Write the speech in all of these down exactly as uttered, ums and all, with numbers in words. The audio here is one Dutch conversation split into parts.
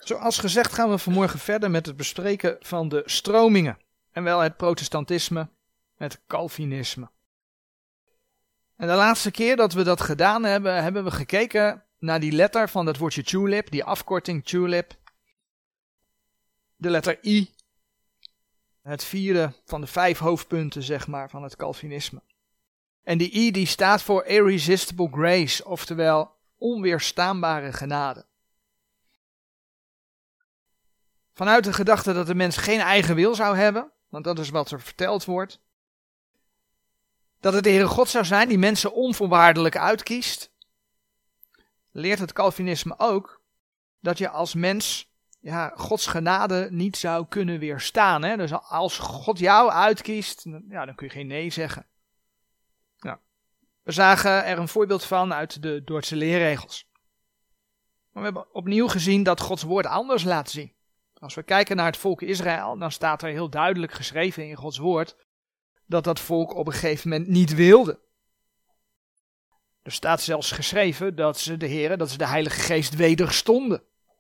Zoals gezegd gaan we vanmorgen verder met het bespreken van de stromingen. En wel het protestantisme, het Calvinisme. En de laatste keer dat we dat gedaan hebben, hebben we gekeken naar die letter van dat woordje tulip, die afkorting tulip. De letter I. Het vierde van de vijf hoofdpunten, zeg maar, van het Calvinisme. En die I die staat voor irresistible grace, oftewel onweerstaanbare genade. Vanuit de gedachte dat de mens geen eigen wil zou hebben, want dat is wat er verteld wordt. Dat het de Heere God zou zijn die mensen onvoorwaardelijk uitkiest. Leert het Calvinisme ook dat je als mens ja, Gods genade niet zou kunnen weerstaan. Hè? Dus als God jou uitkiest, ja, dan kun je geen nee zeggen. Nou, we zagen er een voorbeeld van uit de Dordtse leerregels. Maar we hebben opnieuw gezien dat Gods woord anders laat zien. Als we kijken naar het volk Israël, dan staat er heel duidelijk geschreven in Gods woord dat dat volk op een gegeven moment niet wilde. Er staat zelfs geschreven dat ze de Heere, dat ze de Heilige Geest wederstonden.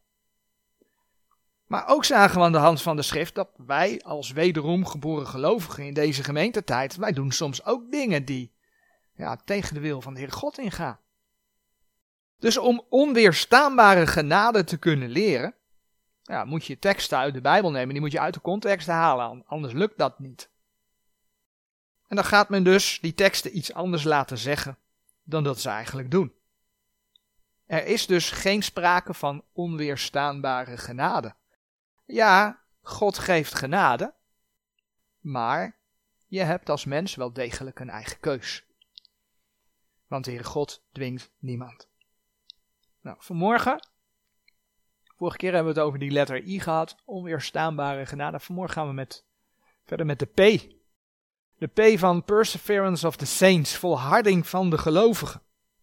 Maar ook zagen we aan de hand van de schrift dat wij als wederom geboren gelovigen in deze gemeentetijd, wij doen soms ook dingen die ja, tegen de wil van de Heere God ingaan. Dus om onweerstaanbare genade te kunnen leren, ja, moet je teksten uit de Bijbel nemen, die moet je uit de context halen, anders lukt dat niet. En dan gaat men dus die teksten iets anders laten zeggen dan dat ze eigenlijk doen. Er is dus geen sprake van onweerstaanbare genade. Ja, God geeft genade, maar je hebt als mens wel degelijk een eigen keus. Want de Heere God dwingt niemand. Nou, vanmorgen, vorige keer hebben we het over die letter I gehad, onweerstaanbare genade. Vanmorgen gaan we met, verder met de P. De P van Perseverance of the Saints, volharding van de gelovigen.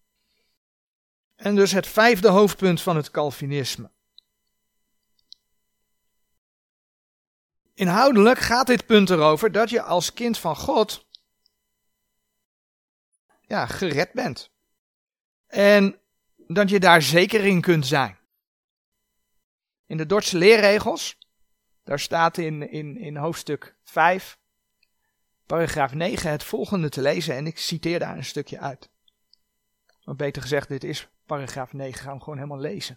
En dus het vijfde hoofdpunt van het Calvinisme. Inhoudelijk gaat dit punt erover dat je als kind van God ja, gered bent. En dat je daar zeker in kunt zijn. In de Dordtse leerregels, daar staat in, in, in hoofdstuk vijf, paragraaf negen het volgende te lezen en ik citeer daar een stukje uit. Of beter gezegd, dit is paragraaf negen, gaan we gewoon helemaal lezen.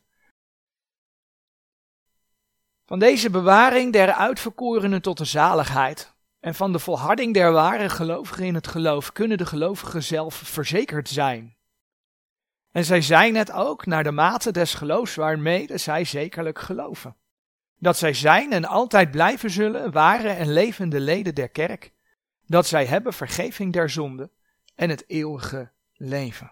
Van deze bewaring der uitverkorenen tot de zaligheid en van de volharding der ware gelovigen in het geloof kunnen de gelovigen zelf verzekerd zijn. En zij zijn het ook naar de mate des geloofs waarmee zij zekerlijk geloven. Dat zij zijn en altijd blijven zullen ware en levende leden der kerk, dat zij hebben vergeving der zonde en het eeuwige leven.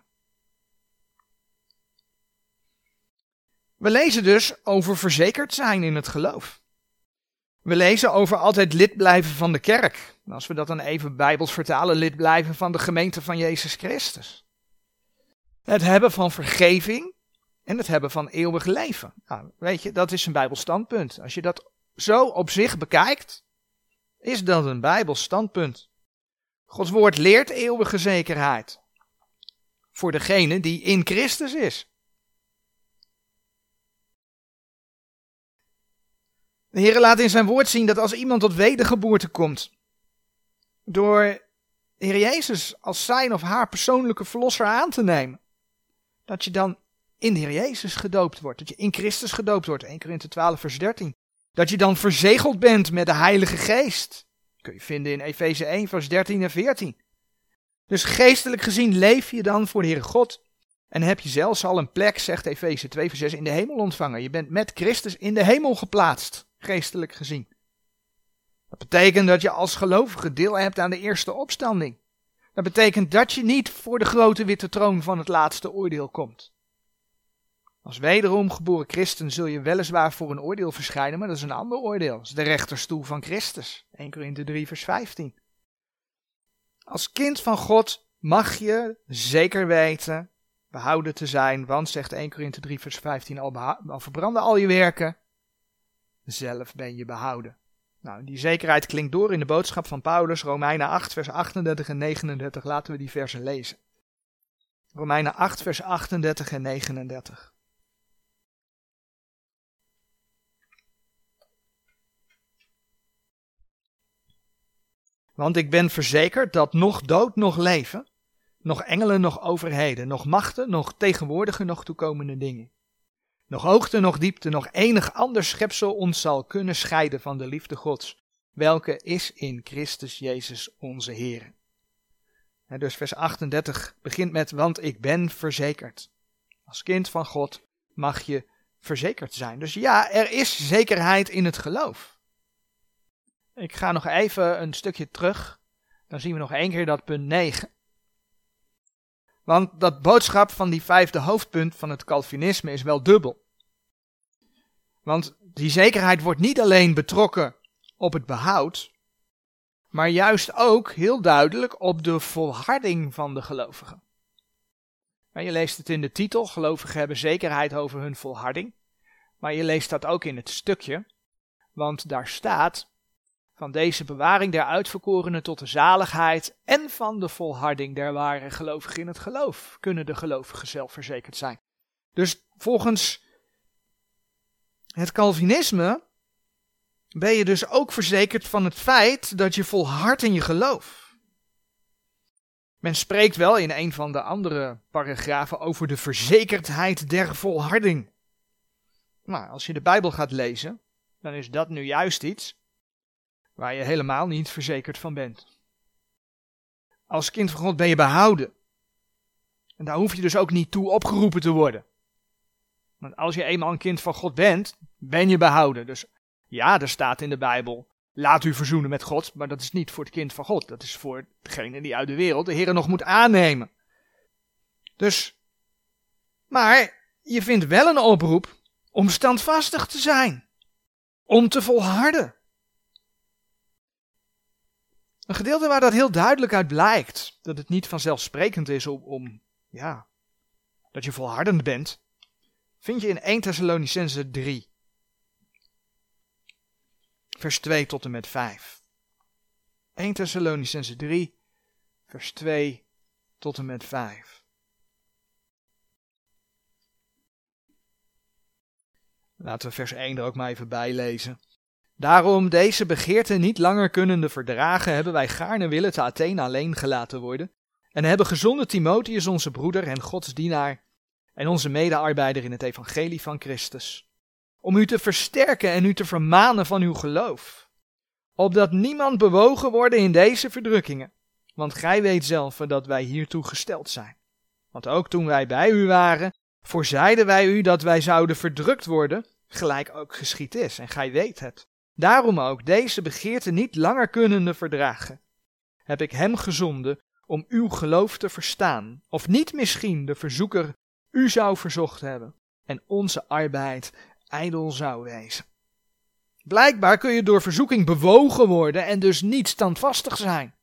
We lezen dus over verzekerd zijn in het geloof. We lezen over altijd lid blijven van de kerk. Als we dat dan even bijbels vertalen, lid blijven van de gemeente van Jezus Christus. Het hebben van vergeving en het hebben van eeuwig leven. Nou, weet je, dat is een bijbels standpunt. Als je dat zo op zich bekijkt, is dat een bijbels standpunt. Gods woord leert eeuwige zekerheid. Voor degene die in Christus is. De Heer laat in zijn woord zien dat als iemand tot wedergeboorte komt, door de Heer Jezus als zijn of haar persoonlijke verlosser aan te nemen, dat je dan in de Heer Jezus gedoopt wordt, dat je in Christus gedoopt wordt, Eerste Korinthe twaalf vers dertien. Dat je dan verzegeld bent met de Heilige Geest. Kun je vinden in Efeze één vers dertien en veertien. Dus geestelijk gezien leef je dan voor de Heere God. En heb je zelfs al een plek, zegt Efeze twee vers zes, in de hemel ontvangen. Je bent met Christus in de hemel geplaatst, geestelijk gezien. Dat betekent dat je als gelovige deel hebt aan de eerste opstanding. Dat betekent dat je niet voor de grote witte troon van het laatste oordeel komt. Als wederom geboren christen zul je weliswaar voor een oordeel verschijnen, maar dat is een ander oordeel. Dat is de rechterstoel van Christus. Eerste Korinthe drie vers vijftien. Als kind van God mag je zeker weten behouden te zijn, want zegt Eerste Korinthe drie vers vijftien, al, beha- al verbranden al je werken, zelf ben je behouden. Nou, die zekerheid klinkt door in de boodschap van Paulus, Romeinen acht vers achtendertig en negenendertig. Laten we die versen lezen. Romeinen acht vers achtendertig en negenendertig. Want ik ben verzekerd dat nog dood, nog leven, nog engelen, nog overheden, nog machten, nog tegenwoordige, nog toekomende dingen, nog hoogte, nog diepte, nog enig ander schepsel ons zal kunnen scheiden van de liefde Gods, welke is in Christus Jezus onze Heer. En dus vers achtendertig begint met, want ik ben verzekerd. Als kind van God mag je verzekerd zijn. Dus ja, er is zekerheid in het geloof. Ik ga nog even een stukje terug. Dan zien we nog één keer dat punt negen. Want dat boodschap van die vijfde hoofdpunt van het Calvinisme is wel dubbel. Want die zekerheid wordt niet alleen betrokken op het behoud, maar juist ook heel duidelijk op de volharding van de gelovigen. Je leest het in de titel, gelovigen hebben zekerheid over hun volharding. Maar je leest dat ook in het stukje, want daar staat, van deze bewaring der uitverkorenen tot de zaligheid en van de volharding der ware gelovigen in het geloof, kunnen de gelovigen zelf verzekerd zijn. Dus volgens het Calvinisme ben je dus ook verzekerd van het feit dat je volhardt in je geloof. Men spreekt wel in een van de andere paragrafen over de verzekerdheid der volharding. Nou, als je de Bijbel gaat lezen, dan is dat nu juist iets waar je helemaal niet verzekerd van bent. Als kind van God ben je behouden. En daar hoef je dus ook niet toe opgeroepen te worden. Want als je eenmaal een kind van God bent, ben je behouden. Dus ja, er staat in de Bijbel, laat u verzoenen met God, maar dat is niet voor het kind van God. Dat is voor degene die uit de wereld de Heer nog moet aannemen. Dus, maar je vindt wel een oproep om standvastig te zijn. Om te volharden. Een gedeelte waar dat heel duidelijk uit blijkt, dat het niet vanzelfsprekend is om, om ja, dat je volhardend bent, vind je in eerste Thessalonicenzen drie. Vers twee tot en met vijf. eerste Thessalonicenzen drie, vers twee tot en met vijf. Laten we vers één er ook maar even bij lezen. Daarom deze begeerte niet langer kunnende verdragen, hebben wij gaarne willen te Athene alleen gelaten worden, en hebben gezonden Timotheus onze broeder en Gods dienaar, en onze medearbeider in het evangelie van Christus, om u te versterken en u te vermanen van uw geloof, opdat niemand bewogen worden in deze verdrukkingen, want gij weet zelf dat wij hiertoe gesteld zijn. Want ook toen wij bij u waren, voorzeiden wij u dat wij zouden verdrukt worden, gelijk ook geschied is, en gij weet het. Daarom ook, deze begeerte niet langer kunnende verdragen, heb ik hem gezonden om uw geloof te verstaan, of niet misschien de verzoeker u zou verzocht hebben, en onze arbeid ijdel zou wezen. Blijkbaar kun je door verzoeking bewogen worden en dus niet standvastig zijn.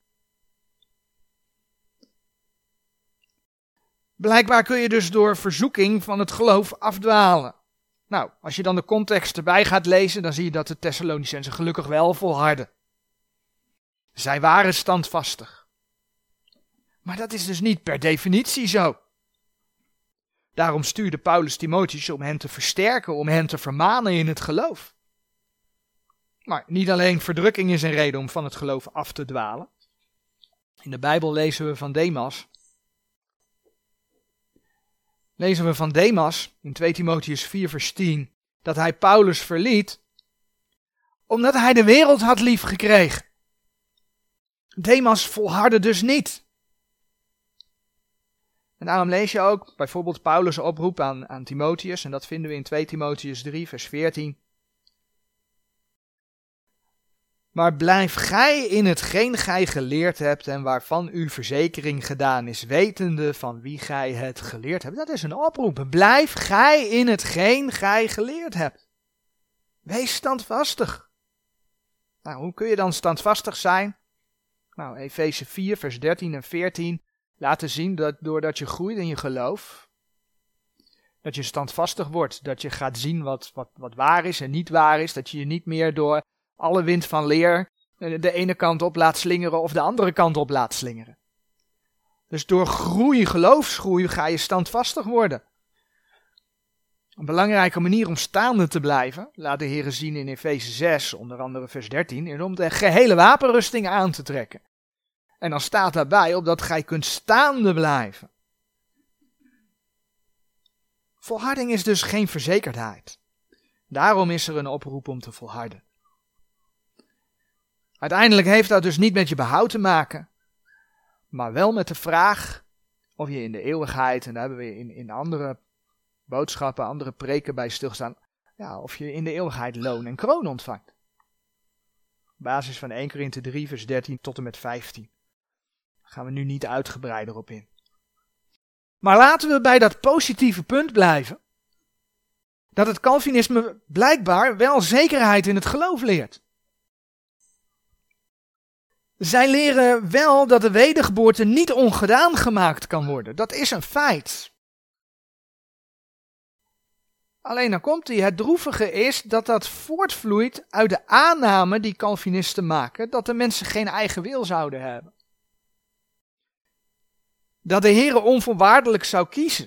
Blijkbaar kun je dus door verzoeking van het geloof afdwalen. Nou, als je dan de context erbij gaat lezen, dan zie je dat de Thessalonicenzen gelukkig wel volharden. Zij waren standvastig. Maar dat is dus niet per definitie zo. Daarom stuurde Paulus Timotheus om hen te versterken, om hen te vermanen in het geloof. Maar niet alleen verdrukking is een reden om van het geloof af te dwalen. In de Bijbel lezen we van Demas. Lezen we van Demas in tweede Timotheus vier vers tien, dat hij Paulus verliet, omdat hij de wereld had lief gekregen. Demas volhardde dus niet. En daarom lees je ook bijvoorbeeld Paulus' oproep aan, aan Timotheus, en dat vinden we in tweede Timotheus drie vers veertien. Maar blijf gij in hetgeen gij geleerd hebt en waarvan uw verzekering gedaan is, wetende van wie gij het geleerd hebt. Dat is een oproep. Blijf gij in hetgeen gij geleerd hebt. Wees standvastig. Nou, hoe kun je dan standvastig zijn? Nou, Efeze vier vers dertien en veertien laten zien dat doordat je groeit in je geloof, dat je standvastig wordt, dat je gaat zien wat, wat, wat waar is en niet waar is, dat je je niet meer door alle wind van leer de ene kant op laat slingeren of de andere kant op laat slingeren. Dus door groei, geloofsgroei, ga je standvastig worden. Een belangrijke manier om staande te blijven, laat de Heer zien in Efeze zes, onder andere vers dertien, is om de gehele wapenrusting aan te trekken. En dan staat daarbij opdat gij kunt staande blijven. Volharding is dus geen verzekerdheid. Daarom is er een oproep om te volharden. Uiteindelijk heeft dat dus niet met je behoud te maken, maar wel met de vraag of je in de eeuwigheid, en daar hebben we in, in andere boodschappen, andere preken bij stilgestaan, ja, of je in de eeuwigheid loon en kroon ontvangt. Op basis van Eerste Korinthe drie vers dertien tot en met vijftien. Daar gaan we nu niet uitgebreider op in. Maar laten we bij dat positieve punt blijven, dat het Calvinisme blijkbaar wel zekerheid in het geloof leert. Zij leren wel dat de wedergeboorte niet ongedaan gemaakt kan worden. Dat is een feit. Alleen dan komt ie, het droevige is dat dat voortvloeit uit de aanname die Calvinisten maken, dat de mensen geen eigen wil zouden hebben. Dat de Heere onvoorwaardelijk zou kiezen.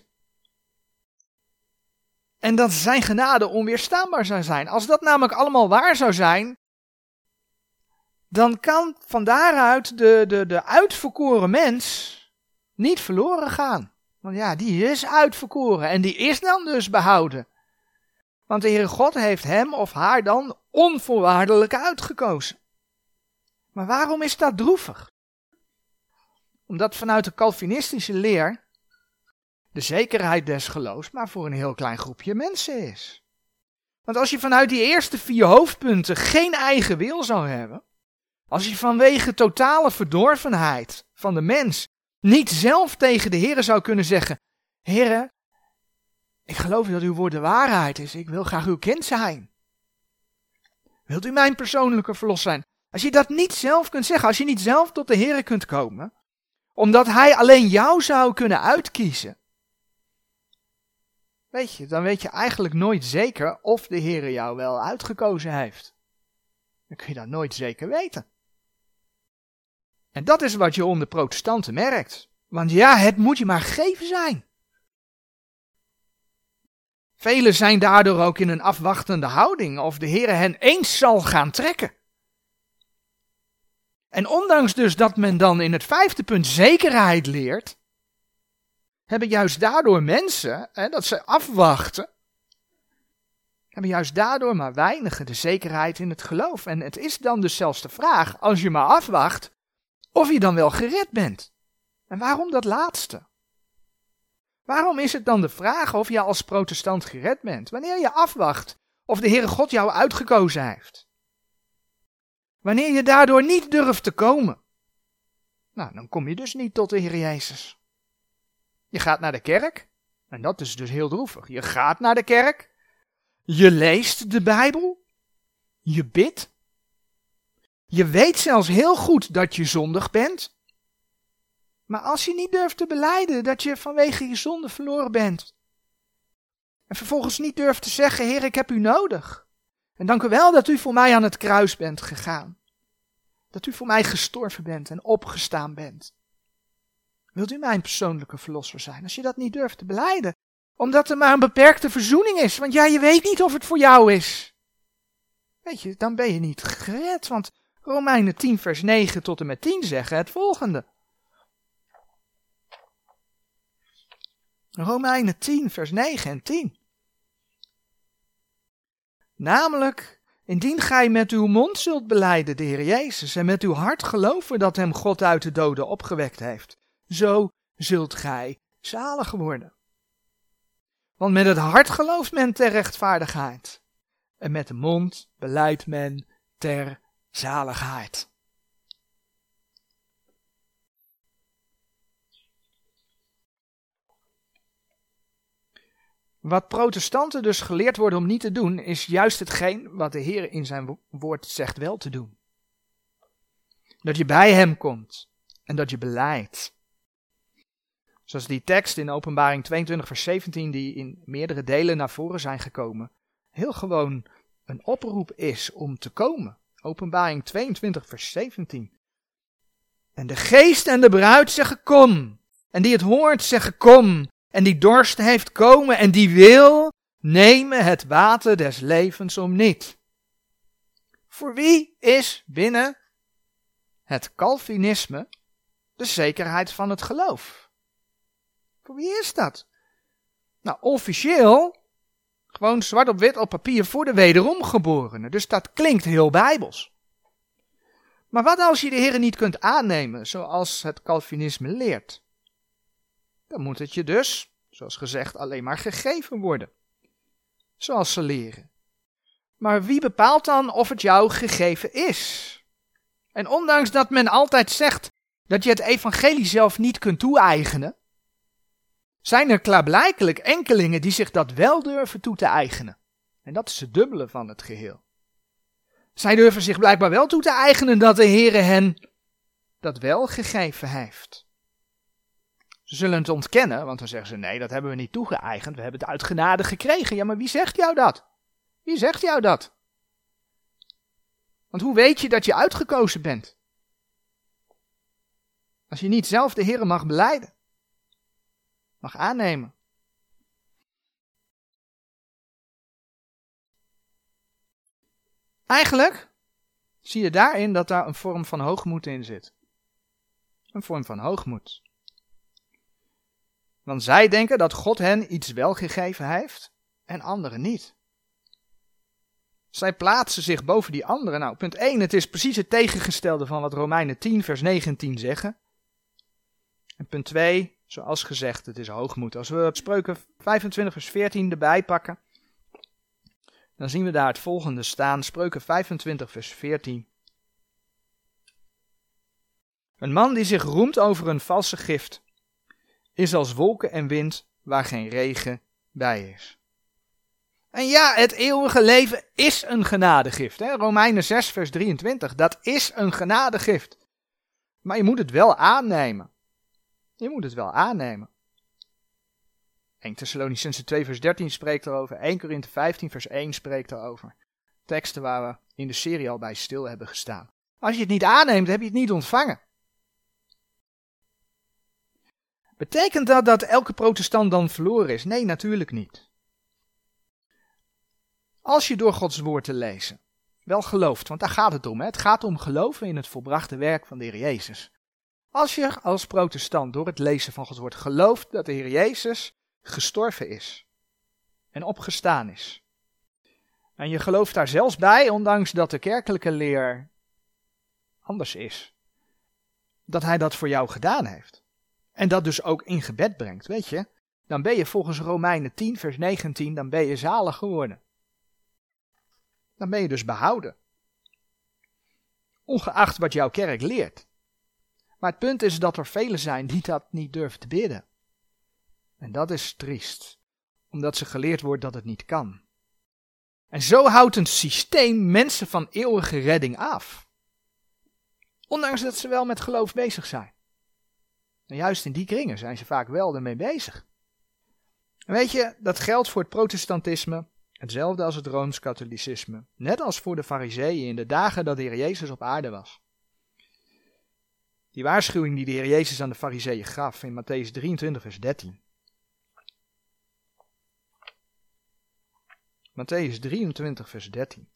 En dat zijn genade onweerstaanbaar zou zijn. Als dat namelijk allemaal waar zou zijn, dan kan van daaruit de, de, de uitverkoren mens niet verloren gaan. Want ja, die is uitverkoren en die is dan dus behouden. Want de Heere God heeft hem of haar dan onvoorwaardelijk uitgekozen. Maar waarom is dat droevig? Omdat vanuit de Calvinistische leer de zekerheid des geloofs maar voor een heel klein groepje mensen is. Want als je vanuit die eerste vier hoofdpunten geen eigen wil zou hebben, als je vanwege totale verdorvenheid van de mens niet zelf tegen de Heere zou kunnen zeggen, Heere, ik geloof dat uw woord de waarheid is, ik wil graag uw kind zijn. Wilt u mijn persoonlijke verlosser zijn? Als je dat niet zelf kunt zeggen, als je niet zelf tot de Heere kunt komen, omdat hij alleen jou zou kunnen uitkiezen, weet je, dan weet je eigenlijk nooit zeker of de Heere jou wel uitgekozen heeft. Dan kun je dat nooit zeker weten. En dat is wat je onder protestanten merkt. Want ja, het moet je maar gegeven zijn. Velen zijn daardoor ook in een afwachtende houding of de Heere hen eens zal gaan trekken. En ondanks dus dat men dan in het vijfde punt zekerheid leert, hebben juist daardoor mensen, hè, dat ze afwachten, hebben juist daardoor maar weinigen de zekerheid in het geloof. En het is dan dus zelfs de vraag, als je maar afwacht, of je dan wel gered bent. En waarom dat laatste? Waarom is het dan de vraag of je als protestant gered bent, wanneer je afwacht of de Heere God jou uitgekozen heeft? Wanneer je daardoor niet durft te komen, nou, dan kom je dus niet tot de Heer Jezus. Je gaat naar de kerk, en dat is dus heel droevig. Je gaat naar de kerk, je leest de Bijbel, je bidt, je weet zelfs heel goed dat je zondig bent, maar als je niet durft te belijden dat je vanwege je zonde verloren bent, en vervolgens niet durft te zeggen, Heer, ik heb u nodig, en dank u wel dat u voor mij aan het kruis bent gegaan, dat u voor mij gestorven bent en opgestaan bent. Wilt u mijn persoonlijke verlosser zijn? Als je dat niet durft te belijden, omdat er maar een beperkte verzoening is, want ja, je weet niet of het voor jou is. Weet je, dan ben je niet gered, want Romeinen tien vers negen tot en met tien zeggen het volgende. Romeinen tien vers negen en tien. Namelijk, indien gij met uw mond zult belijden de Heer Jezus en met uw hart geloven dat hem God uit de doden opgewekt heeft, zo zult gij zalig worden. Want met het hart gelooft men ter rechtvaardigheid en met de mond belijdt men ter zaligheid. Wat protestanten dus geleerd worden om niet te doen, is juist hetgeen wat de Heer in zijn woord zegt wel te doen. Dat je bij hem komt en dat je belijdt. Zoals die tekst in Openbaring tweeëntwintig vers zeventien, die in meerdere delen naar voren zijn gekomen, heel gewoon een oproep is om te komen. Openbaring tweeëntwintig vers zeventien. En de geest en de bruid zeggen kom. En die het hoort zeggen kom. En die dorst heeft komen en die wil nemen het water des levens om niet. Voor wie is binnen het Calvinisme De zekerheid van het geloof. Voor wie is dat? Nou, officieel, gewoon zwart op wit op papier voor de wederomgeborenen. Dus dat klinkt heel bijbels. Maar wat als je de Heer niet kunt aannemen, zoals het Calvinisme leert? Dan moet het je dus, zoals gezegd, alleen maar gegeven worden. Zoals ze leren. Maar wie bepaalt dan of het jou gegeven is? En ondanks dat men altijd zegt dat je het evangelie zelf niet kunt toe-eigenen, zijn er klaarblijkelijk enkelingen die zich dat wel durven toe te eigenen. En dat is het dubbele van het geheel. Zij durven zich blijkbaar wel toe te eigenen dat de Heere hen dat wel gegeven heeft. Ze zullen het ontkennen, want dan zeggen ze, nee, dat hebben we niet toegeëigend, we hebben het uit genade gekregen. Ja, maar wie zegt jou dat? Wie zegt jou dat? Want hoe weet je dat je uitgekozen bent? Als je niet zelf de Heere mag belijden, mag aannemen. Eigenlijk zie je daarin dat daar een vorm van hoogmoed in zit. Een vorm van hoogmoed. Want zij denken dat God hen iets wel gegeven heeft en anderen niet. Zij plaatsen zich boven die anderen. Nou, punt één, het is precies het tegengestelde van wat Romeinen tien vers negentien zeggen. En punt twee, zoals gezegd, het is hoogmoed. Als we Spreuken vijfentwintig vers veertien erbij pakken, dan zien we daar het volgende staan. Spreuken vijfentwintig vers veertien. Een man die zich roemt over een valse gift, is als wolken en wind waar geen regen bij is. En ja, het eeuwige leven is een genadegift. Hè? Romeinen zes vers drieëntwintig, dat is een genadegift. Maar je moet het wel aannemen. Je moet het wel aannemen. Eerste Thessalonicenzen twee vers dertien spreekt erover. Eerste Korinthe vijftien vers één spreekt erover. Teksten waar we in de serie al bij stil hebben gestaan. Als je het niet aanneemt, heb je het niet ontvangen. Betekent dat dat elke protestant dan verloren is? Nee, natuurlijk niet. Als je door Gods woord te lezen wel gelooft, want daar gaat het om. Hè? Het gaat om geloven in het volbrachte werk van de Heer Jezus. Als je als protestant door het lezen van Gods woord gelooft dat de Heer Jezus gestorven is en opgestaan is. En je gelooft daar zelfs bij, ondanks dat de kerkelijke leer anders is. Dat hij dat voor jou gedaan heeft. En dat dus ook in gebed brengt, weet je. Dan ben je volgens Romeinen tien vers negentien, dan ben je zalig geworden. Dan ben je dus behouden. Ongeacht wat jouw kerk leert. Maar het punt is dat er velen zijn die dat niet durven te bidden. En dat is triest. Omdat ze geleerd wordt dat het niet kan. En zo houdt een systeem mensen van eeuwige redding af. Ondanks dat ze wel met geloof bezig zijn. En juist in die kringen zijn ze vaak wel ermee bezig. En weet je, dat geldt voor het protestantisme, hetzelfde als het Rooms-katholicisme. Net als voor de Farizeeën in de dagen dat de Heer Jezus op aarde was. Die waarschuwing die de Heer Jezus aan de Farizeeën gaf in Mattheüs drieëntwintig vers dertien. Mattheüs drieëntwintig vers dertien.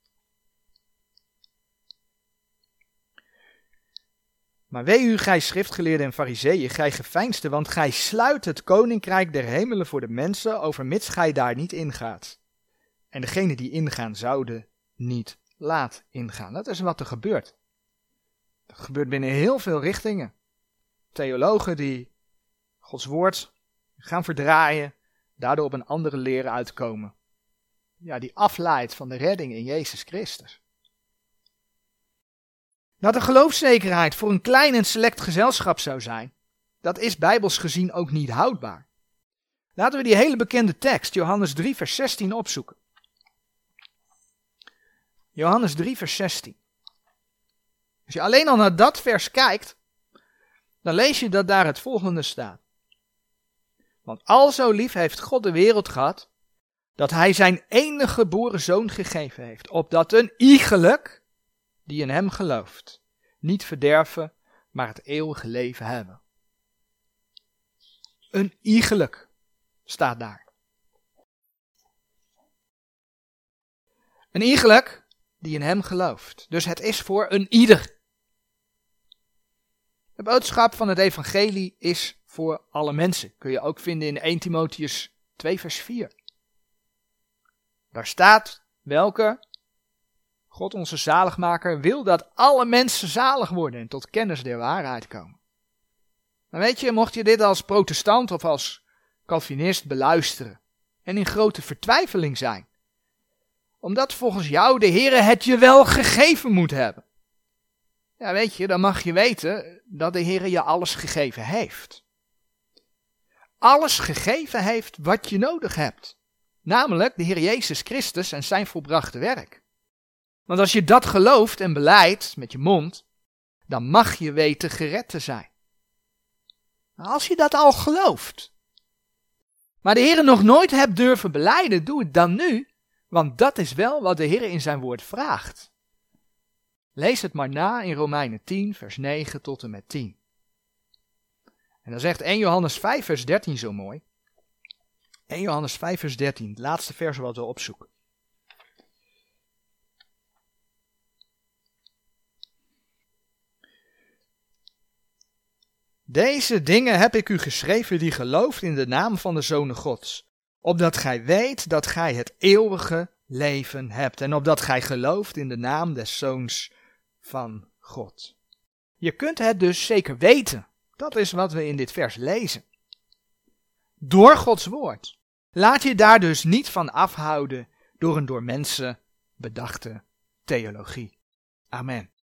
Maar wee u, gij schriftgeleerden en farizeeën, gij geveinsden, want gij sluit het koninkrijk der hemelen voor de mensen, overmits gij daar niet ingaat. En degene die ingaan zouden, niet laat ingaan. Dat is wat er gebeurt. Dat gebeurt binnen heel veel richtingen. Theologen die Gods woord gaan verdraaien, daardoor op een andere leer uitkomen. Ja, die afleidt van de redding in Jezus Christus. Dat de geloofszekerheid voor een klein en select gezelschap zou zijn, dat is bijbels gezien ook niet houdbaar. Laten we die hele bekende tekst, Johannes drie vers zestien, opzoeken. Johannes drie vers zestien. Als je alleen al naar dat vers kijkt, dan lees je dat daar het volgende staat. Want al zo lief heeft God de wereld gehad, dat hij zijn enige geboren zoon gegeven heeft, opdat een iegelijk die in hem gelooft, niet verderven, maar het eeuwige leven hebben. Een iegelijk staat daar. Een iegelijk die in hem gelooft. Dus het is voor een ieder. De boodschap van het evangelie is voor alle mensen. Kun je ook vinden in Eerste Timotheüs twee vers vier. Daar staat welke God onze zaligmaker wil dat alle mensen zalig worden en tot kennis der waarheid komen. Dan weet je, mocht je dit als protestant of als Calvinist beluisteren en in grote vertwijfeling zijn, omdat volgens jou de Heere het je wel gegeven moet hebben. Ja, weet je, dan mag je weten dat de Heere je alles gegeven heeft. Alles gegeven heeft wat je nodig hebt. Namelijk de Heer Jezus Christus en zijn volbrachte werk. Want als je dat gelooft en beleidt met je mond, dan mag je weten gered te zijn. Maar als je dat al gelooft, maar de Heer nog nooit hebt durven belijden, doe het dan nu, want dat is wel wat de Heer in zijn woord vraagt. Lees het maar na in Romeinen tien, vers negen tot en met tien. En dan zegt Eerste Johannes vijf, vers dertien zo mooi. Eerste Johannes vijf, vers dertien, het laatste vers wat we opzoeken. Deze dingen heb ik u geschreven die gelooft in de naam van de Zoon Gods, opdat gij weet dat gij het eeuwige leven hebt en opdat gij gelooft in de naam des Zoons van God. Je kunt het dus zeker weten. Dat is wat we in dit vers lezen. Door Gods woord. Laat je daar dus niet van afhouden door een door mensen bedachte theologie. Amen.